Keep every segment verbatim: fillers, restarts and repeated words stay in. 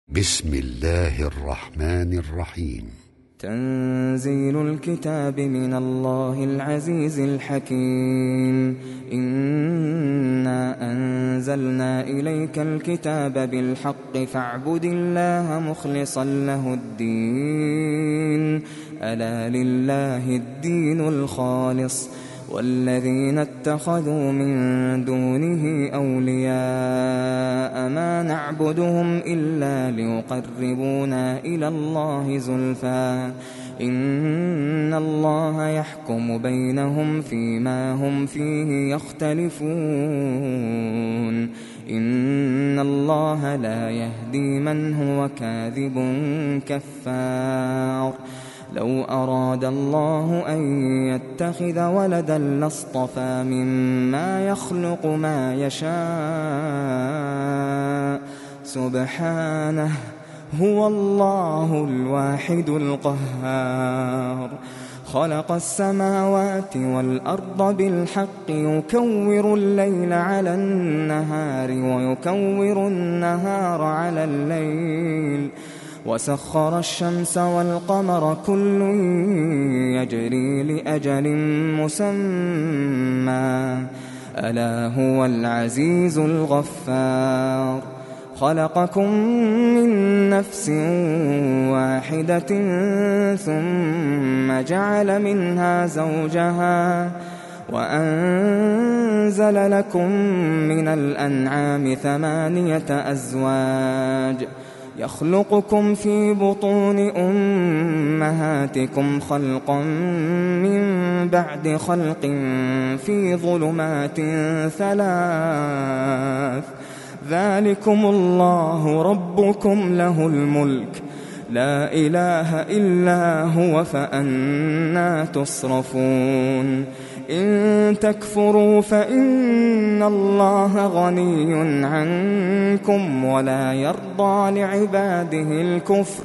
بسم الله الرحمن الرحيم. تنزيل الكتاب من الله العزيز الحكيم. إنا أنزلنا إليك الكتاب بالحق فاعبد الله مخلصا له الدين. ألا لله الدين الخالص والذين اتخذوا من دونه أولياء ما نعبدهم إلا ليقربونا إلى الله زلفى إن الله يحكم بينهم فيما هم فيه يختلفون. إن الله لا يهدي من هو كاذب كفار. لو أراد الله أن يتخذ ولدا لاصطفى مما يخلق ما يشاء سبحانه هو الله الواحد القهار. خلق السماوات والأرض بالحق يكور الليل على النهار ويكور النهار على الليل وسخر الشمس والقمر كل يجري لأجل مسمى ألا هو العزيز الغفار. خلقكم من نفس واحدة ثم جعل منها زوجها وأنزل لكم من الأنعام ثمانية أزواج يخلقكم في بطون أمهاتكم خلقا من بعد خلق في ظلمات ثلاث ذلكم الله ربكم له الملك لا إله إلا هو فأنى تصرفون. إن تكفروا فإن الله غني عنكم ولا يرضى لعباده الكفر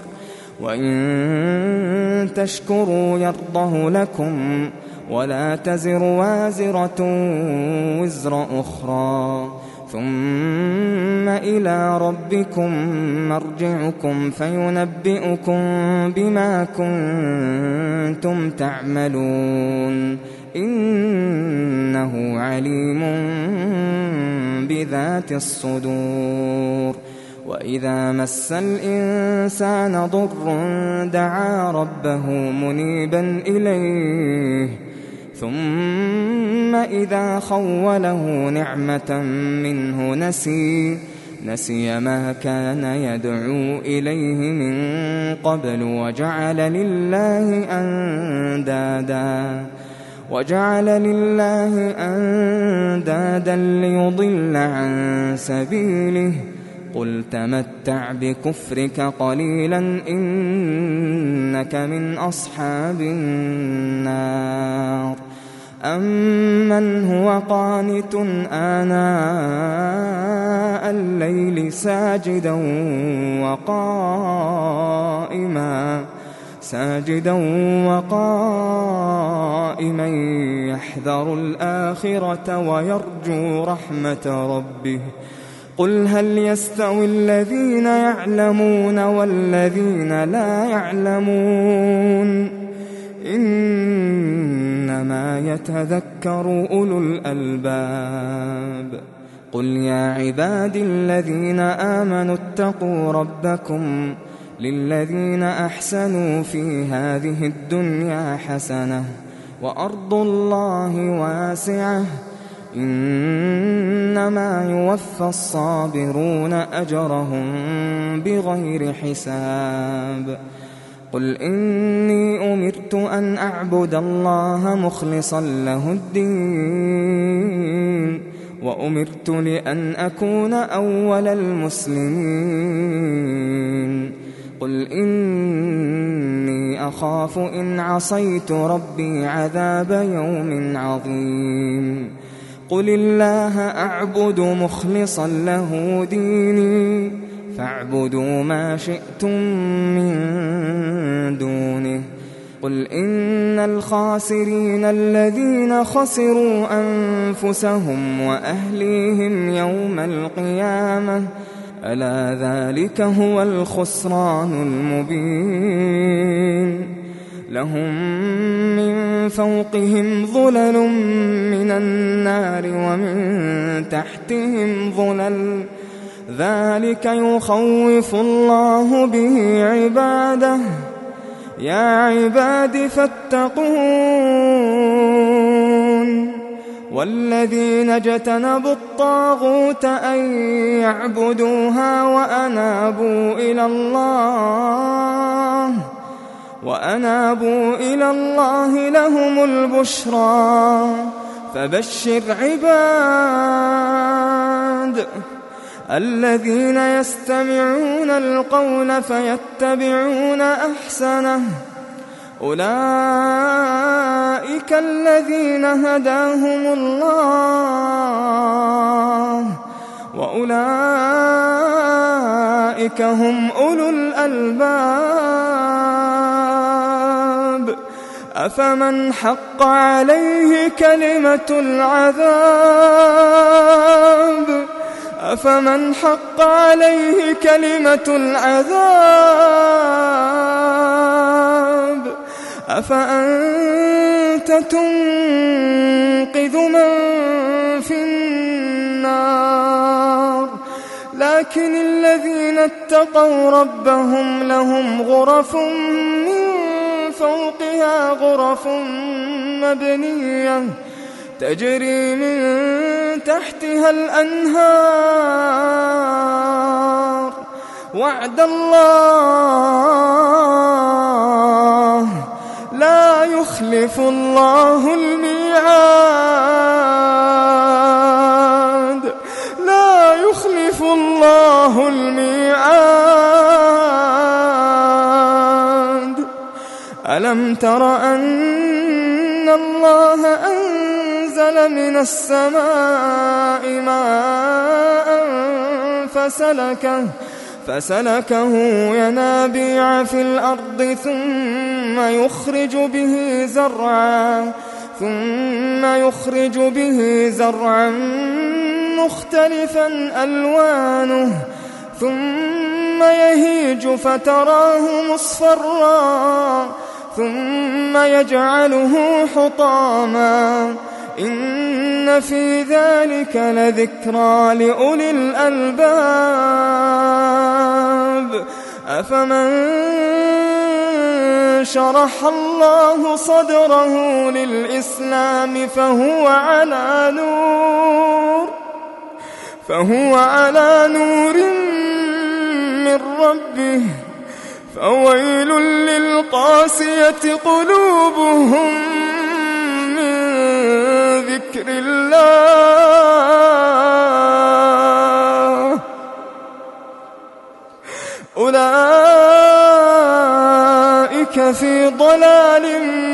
وإن تشكروا يرضه لكم ولا تزر وازرة وزر أخرى ثم إلى ربكم مرجعكم فينبئكم بما كنتم تعملون. إنه عليم بذات الصدور. وإذا مس الإنسان ضر دعا ربه منيبا إليه ثم إذا خوله نعمة منه نسي نسي ما كان يدعو إليه من قبل وجعل لله أندادا وجعل لله أندادا ليضل عن سبيله. قل تمتع بكفرك قليلا إنك من أصحاب النار. أمن هو قانت آناء الليل ساجدا وقائما ساجدا وقائما يحذر الآخرة ويرجو رحمة ربه. قل هل يستوي الذين يعلمون والذين لا يعلمون إنما يتذكر أولو الألباب. قل يا عبادي الذين آمنوا اتقوا ربكم للذين أحسنوا في هذه الدنيا حسنة وأرض الله واسعة إنما يوفى الصابرون أجرهم بغير حساب. قل إني أمرت أن أعبد الله مخلصا له الدين وأمرت لأن أكون أول المسلمين. قل إني أخاف إن عصيت ربي عذاب يوم عظيم. قل الله أعبد مخلصا له ديني فاعبدوا ما شئتم من دونه. قل إن الخاسرين الذين خسروا أنفسهم وأهليهم يوم القيامة ألا ذلك هو الخسران المبين لهم من فوقهم ظلل من النار ومن تحتهم ظلل ذلك يخوف الله به عباده يا عباد فاتقون والذين اجتنبوا الطاغوت أن يعبدوها وأنابوا إلى الله وأنابوا إلى الله لهم البشرى فبشر عباد الذين يستمعون القول فيتبعون أحسنه أولئك الذين هداهم الله وأولئك هم أولو الألباب أفمن حق عليه كلمة العذاب أفمن حق عليه كلمة العذاب أفأنت تنقذ من في النار لكن الذين اتقوا ربهم لهم غرف من فوقها غرف مبنية تجري من تحتها الأنهار وعد الله لا يخلف الله الميعاد لا يخلف الله الميعاد ألم تر أن الله أنزل من السماء ماء فسلكه فسلكه ينابيع في الأرض ثم يخرج به زرعا ثم يخرج به زرعا مختلفا ألوانه ثم يهيج فتراه مصفرا ثم يجعله حطاما إن في ذلك لذكرى لأولي الألباب أفمن شرح الله صدره للإسلام فهو على نور فهو على نور من ربه فويل للقاسية قلوبهم من ذكر الله أولئك في ضلال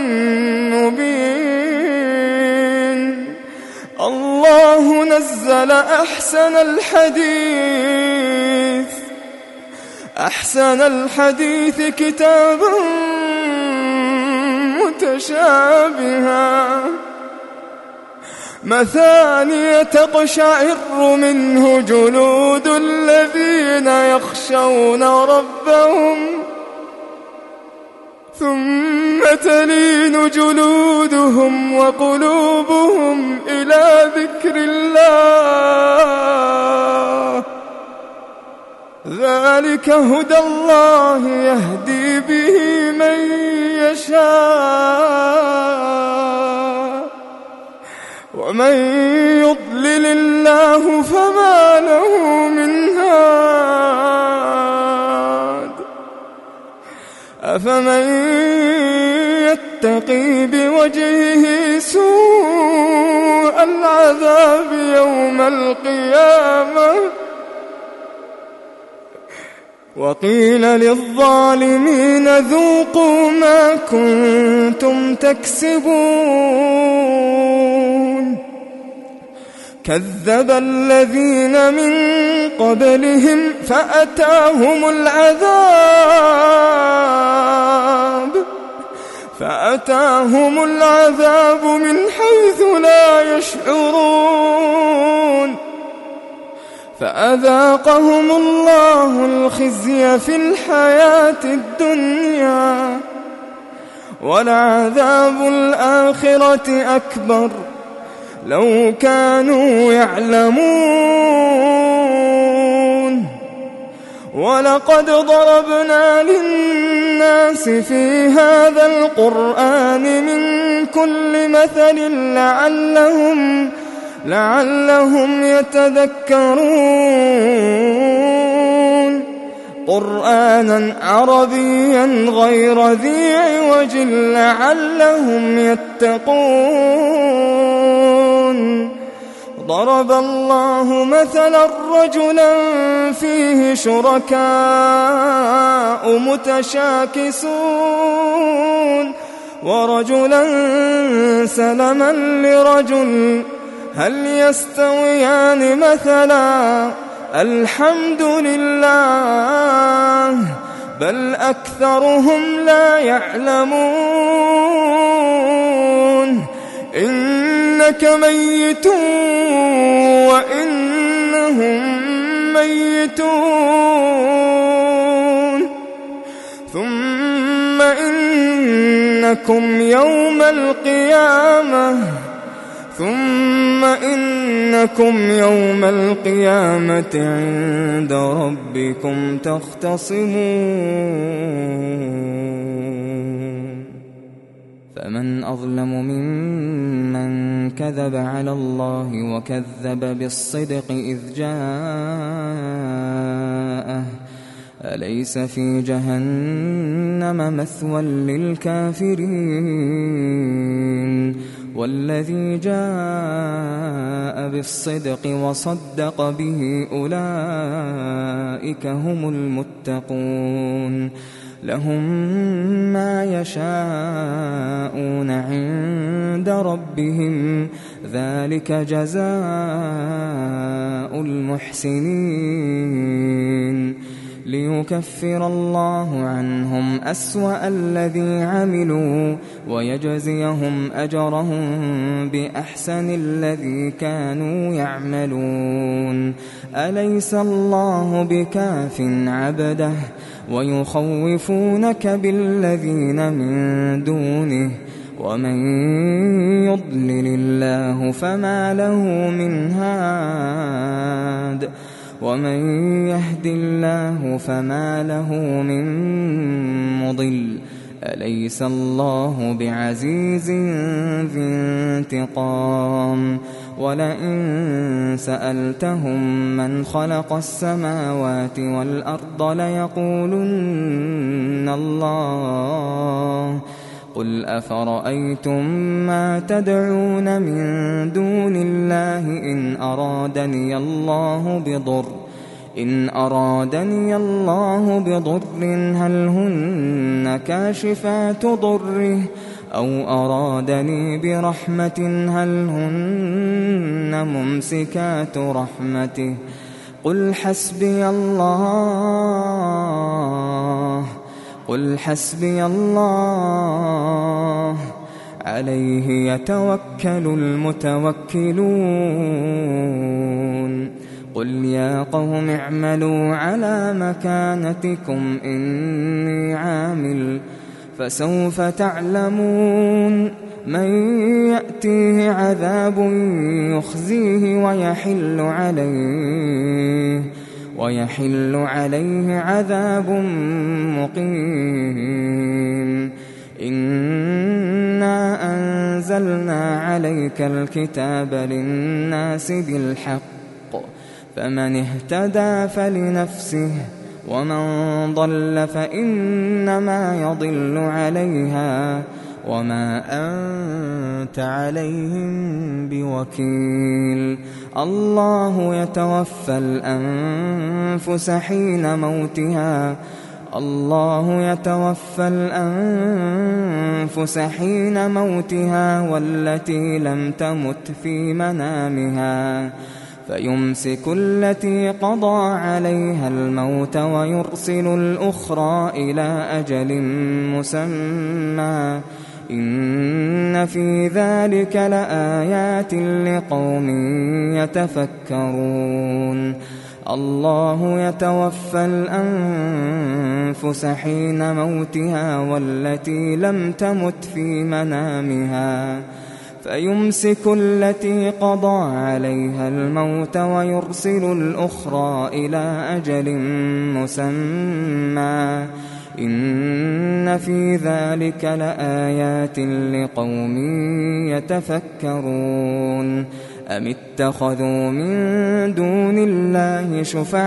مبين الله نزل أحسن الحديث أحسن الحديث كتابا متشابها مثانية تقشعر منه جلود الذين يخشون ربهم ثم تلين جلودهم وقلوبهم إلى ذكر الله ذلك هدى الله يهدي به من يشاء ومن يضلل الله فما له من هاد أفمن يتقي بوجهه سوء العذاب يوم القيامة وقيل للظالمين ذوقوا ما كنتم تكسبون كذب الذين من قبلهم فأتاهم العذاب فأتاهم العذاب من حيث لا يشعرون فأذاقهم الله الخزي في الحياة الدنيا ولعذاب الآخرة أكبر لو كانوا يعلمون. ولقد ضربنا للناس في هذا القرآن من كل مثل لعلهم لعلهم يتذكرون. قرآنا عربيا غير ذي عوج لعلهم يتقون. ضرب الله مثلا رجلا فيه شركاء متشاكسون ورجلا سلما لرجل هل يستويان مثلا الحمد لله بل أكثرهم لا يعلمون. إنك ميت وإنهم ميتون ثم إنكم يوم القيامة ثم إنكم يوم القيامة عند ربكم تختصمون. فمن أظلم ممن كذب على الله وكذب بالصدق إذ جاءه أليس في جهنم مثوى للكافرين والذي جاء بالصدق وصدق به أولئك هم المتقون. لهم ما يشاءون عند ربهم ذلك جزاء المحسنين ليكفر الله عنهم أسوأ الذي عملوا ويجزيهم أجرهم بأحسن الذي كانوا يعملون. أليس الله بكاف عبده ويخوفونك بالذين من دونه ومن يضلل الله فما له من هاد ومن يهد الله فما له من مضل. أليس الله بعزيز ذي انتقام. ولئن سألتهم من خلق السماوات والأرض ليقولن الله قل أفرأيتم ما تدعون من دون الله إن أرادني الله بضر إن أرادني الله بضر هل هن كاشفات ضره أو أرادني برحمة هل هن ممسكات رحمته قل حسبي الله قل حسبي الله عليه يتوكل المتوكلون. قل يا قوم اعملوا على مكانتكم إني عامل فسوف تعلمون من يأتيه عذاب يخزيه ويحل عليه ويحل عليه عذاب مقيم. إنا أنزلنا عليك الكتاب للناس بالحق فمن اهتدى فلنفسه ومن ضل فإنما يضل عليها وما أنت عليهم بوكيل. الله يتوفى الأنفس حين موتها الله يتوفى الأنفس حين موتها والتي لم تمت في منامها فيمسك التي قضى عليها الموت ويرسل الأخرى إلى أجل مسمى إن في ذلك لآيات لقوم يتفكرون. الله يتوفى الأنفس حين موتها والتي لم تمت في منامها فيمسك التي قضى عليها الموت ويرسل الأخرى إلى أجل مسمى إن في ذلك لآيات لقوم يتفكرون أم اتخذوا من دون الله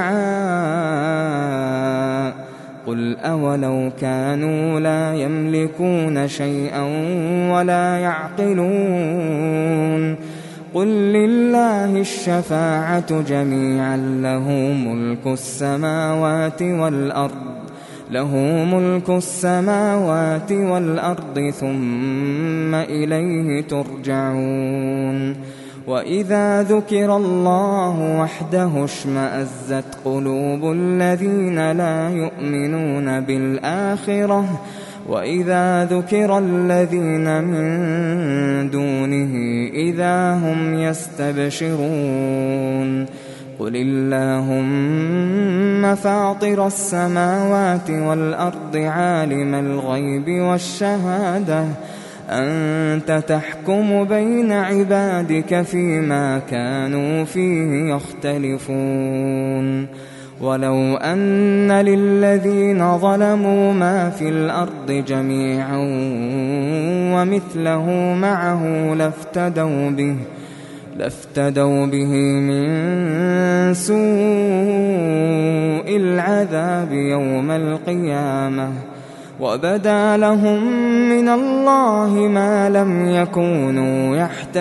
شفعاء قل أولو كانوا لا يملكون شيئا ولا يعقلون قل لله الشفاعة جميعا له ملك السماوات والأرض له ملك السماوات والأرض ثم إليه ترجعون وإذا ذكر الله وحده اشمأزت قلوب الذين لا يؤمنون بالآخرة وإذا ذكر الذين من دونه إذا هم يستبشرون قل اللهم فاطر السماوات والأرض عالم الغيب والشهادة أنت تحكم بين عبادك فيما كانوا فيه يختلفون ولو أن للذين ظلموا ما في الأرض جميعا ومثله معه لافتدوا به لافتدوا به من سوء العذاب يوم القيامة وبدا لهم من الله ما لم يكونوا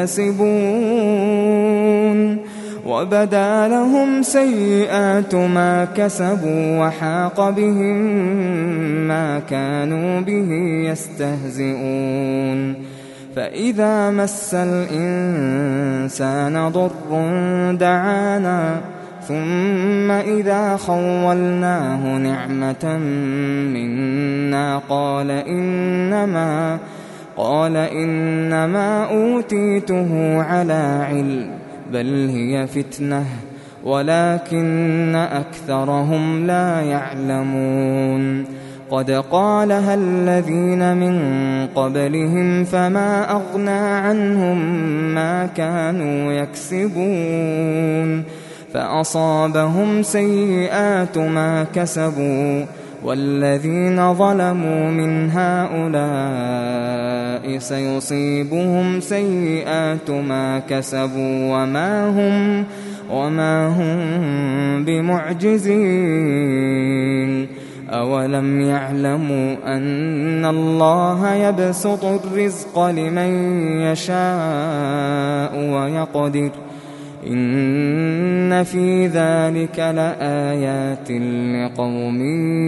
يحتسبون وبدا لهم سيئات ما كسبوا وحاق بهم ما كانوا به يستهزئون فإذا مس الإنسان ضر دعانا ثم إذا خولناه نعمة منا قال إنما قال إنما أوتيته على علم بل هي فتنة ولكن أكثرهم لا يعلمون قد قالها الذين من قبلهم فما أغنى عنهم ما كانوا يكسبون فأصابهم سيئات ما كسبوا والذين ظلموا من هؤلاء سيصيبهم سيئات ما كسبوا وما هم وما هم بمعجزين أولم يعلموا أن الله يبسط الرزق لمن يشاء ويقدر إن في ذلك لآيات لقوم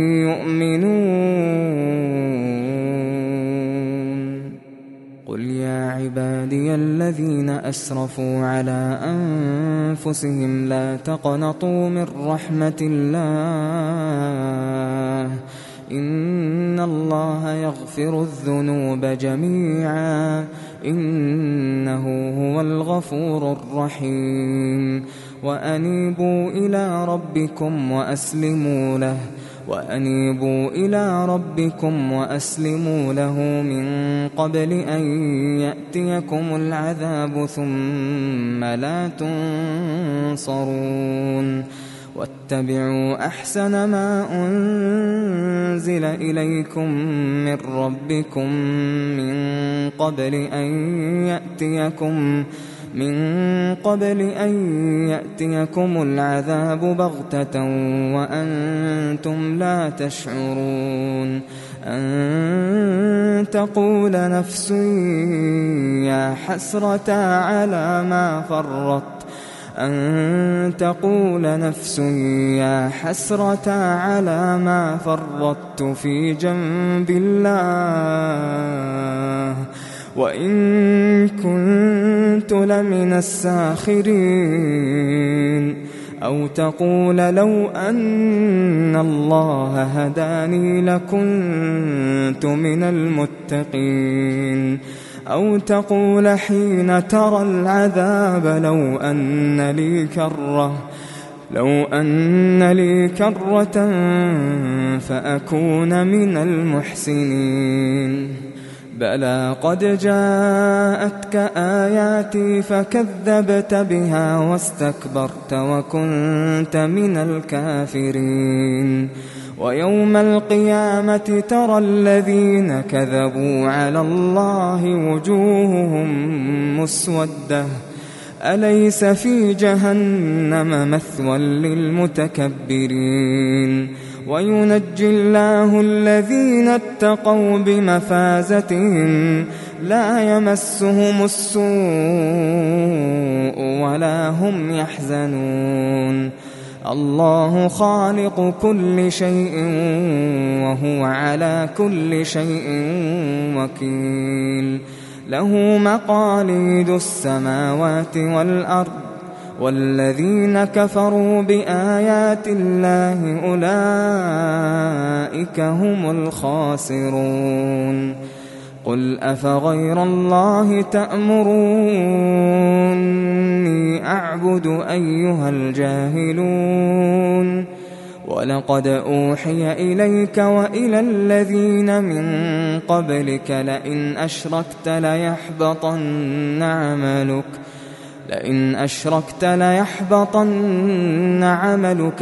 يؤمنون قل يا عبادي الذين أسرفوا على أنفسهم لا تقنطوا من رحمة الله إن الله يغفر الذنوب جميعا إنه هو الغفور الرحيم وأنيبوا إلى ربكم وأسلموا له وأنيبوا إلى ربكم وأسلموا له من قبل أن يأتيكم العذاب ثم لا تنصرون واتبعوا أحسن ما أنزل إليكم من ربكم من قبل أن يأتيكم من قبل أن يأتيكم العذاب بغتة وأنتم لا تشعرون أن تقول نفس يا حسرة على ما فرطت أن تقول نفس يا حسرة على ما فرطت في جنب الله وإن كنت لمن الساخرين أو تقول لو أن الله هداني لكنت من المتقين أو تقول حين ترى العذاب لو أن لي كرة لو أن لي كرة فأكون من المحسنين بلى قد جاءتك آياتي فكذبت بها واستكبرت وكنت من الكافرين ويوم القيامة ترى الذين كذبوا على الله وجوههم مسودة أليس في جهنم مثوى للمتكبرين وينجي الله الذين اتقوا بمفازتهم لا يمسهم السوء ولا هم يحزنون الله خالق كل شيء وهو على كل شيء وكيل له مقاليد السماوات والأرض والذين كفروا بآيات الله أولئك هم الخاسرون قل أفغير الله تأمروني أعبد أيها الجاهلون ولقد أوحي إليك وإلى الذين من قبلك لئن أشركت ليحبطن عملك لئن أشركت ليحبطن عملك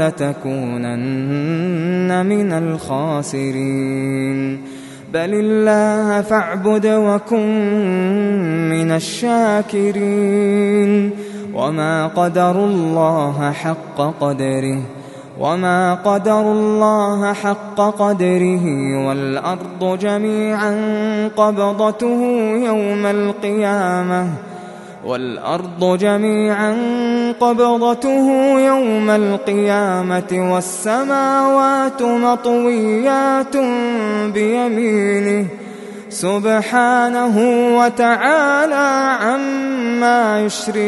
ولتكونن من الخاسرين بل الله فاعبد وكن من الشاكرين وما قدروا الله حق قدره وما قدروا الله حق قدره والأرض جميعا قبضته يوم القيامة والأرض جميعا قبضته يوم القيامة والسماوات مطويات بيمينه سبحانه وتعالى عما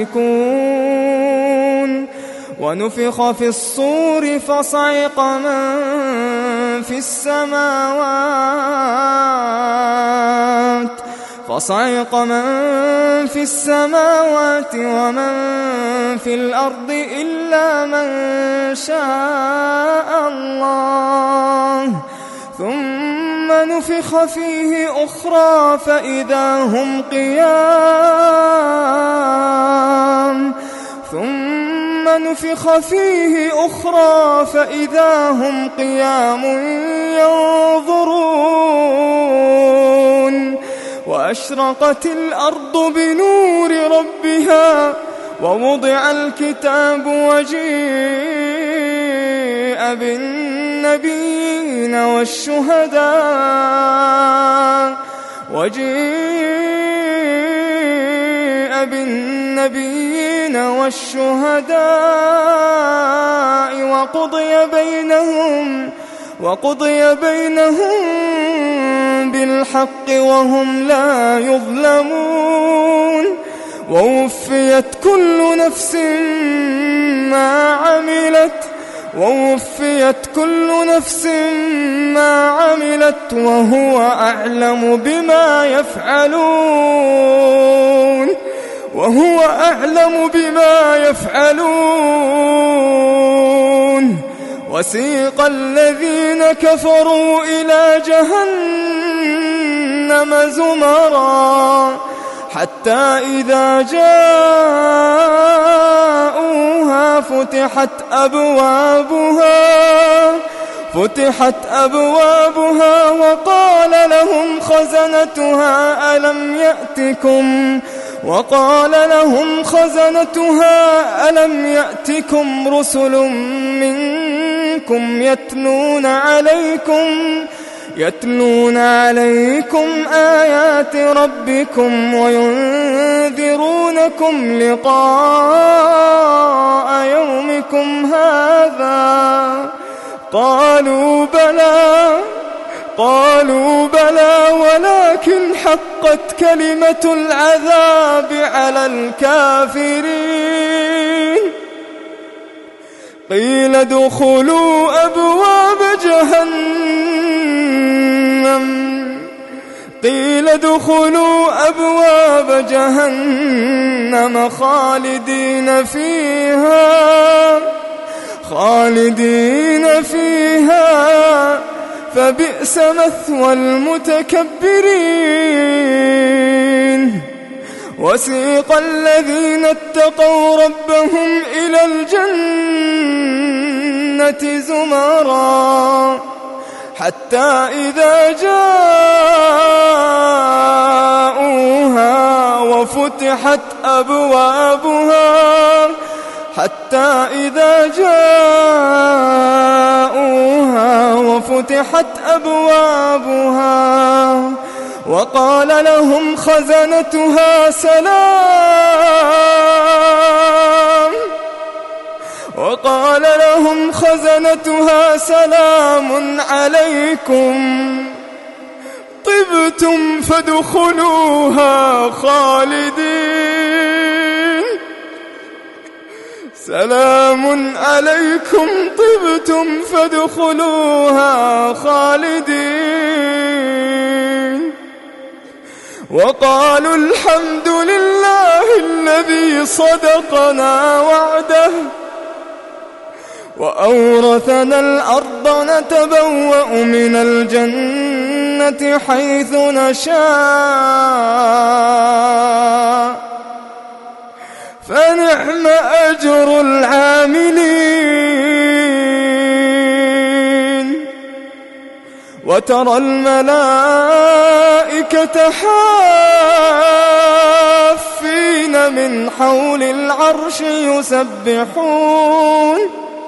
يشركون ونفخ في الصور فصعق من في السماوات فصعق من في السماوات ومن في الأرض إلا من شاء الله ثم نفخ فيه أخرى فإذا هم قيام ثم نفخ فيه أخرى فإذا هم قيام ينظرون وأشرقت الأرض بنور ربها ووضع الكتاب وجيء بالنبيين والشهداء وجيء بالنبيين والشهداء وقضي بينهم وقضي بينهم بالحق وهم لا يظلمون ووفيت كل نفس ما عملت ووفيت كل نفس ما عملت وهو أعلم بما يفعلون وهو أعلم بما يفعلون وسيق الذين كفروا إلى جهنم زمرا حتى إذا جاءوها فتحت أبوابها فتحت أبوابها وقال لهم خزنتها ألم يأتكم وقال لهم خزنتها ألم يأتكم رسل منكم يتلون عليكم يتلون عليكم آيات ربكم وينذرونكم لقاء يومكم هذا قالوا بلى قالوا بلى ولكن حقت كلمة العذاب على الكافرين قيل ادخلوا أبواب جهنم قيل ادخلوا أبواب جهنم خالدين فيها خالدين فيها فبئس مثوى المتكبرين. وسيق الذين اتقوا ربهم إلى الجنة زمرا حتى إذا جاءوها وفتحت أبوابها حتى إذا جاءوها وفتحت أبوابها وقال لهم خزنتها سلام وقال لهم خزنتها سلام عليكم طبتم فادخلوها خالدين سلام عليكم طبتم فادخلوها خالدين. وقالوا الحمد لله الذي صدقنا وعده وأورثنا الأرض نتبوأ من الجنة حيث نشاء فنعم أجر العاملين. وترى الملائكة حافين من حول العرش يسبحون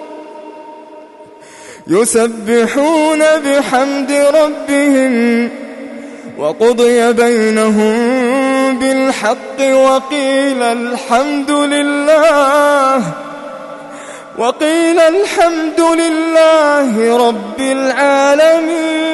يسبحون بحمد ربهم وقضي بينهم بالحق وقيل الحمد لله وقيل الحمد لله رب العالمين.